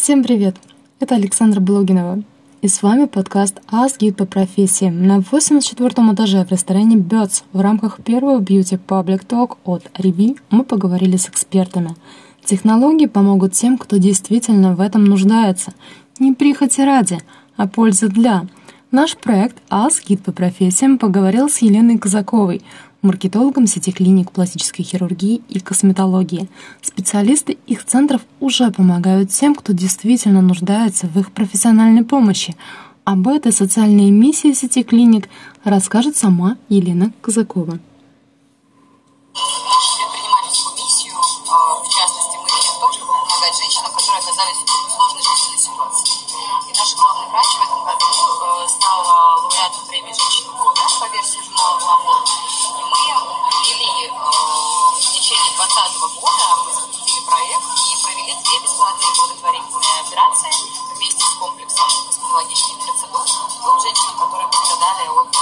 Всем привет! Это Александра Блогинова. И с вами подкаст «Ask Гид по профессии» на 84-м этаже в ресторане Birds. В рамках первого Beauty Public Talk от Revi мы поговорили с экспертами. Технологии помогут тем, кто действительно в этом нуждается. Не прихоти ради, а пользы для. Наш проект «Ask Гид по профессиям» поговорил с Еленой Казаковой, маркетологом сети клиник пластической хирургии и косметологии. Специалисты их центров уже помогают тем, кто действительно нуждается в их профессиональной помощи. Об этой социальной миссии сети клиник расскажет сама Елена Казакова. Нашу предпринимательскую миссию, в частности, мы видим в том, чтобы помогать женщинам, которые оказались в сложной жизненной ситуации. И наш главный врач в этом году стала лауреатом премии «Женщина года» по версии журнала «Гламур». И мы провели в течение 2020 года, мы запустили проект и провели 2 бесплатные благотворительные операции вместе с комплексом косметологических процедур 2 женщинам, которые пострадали от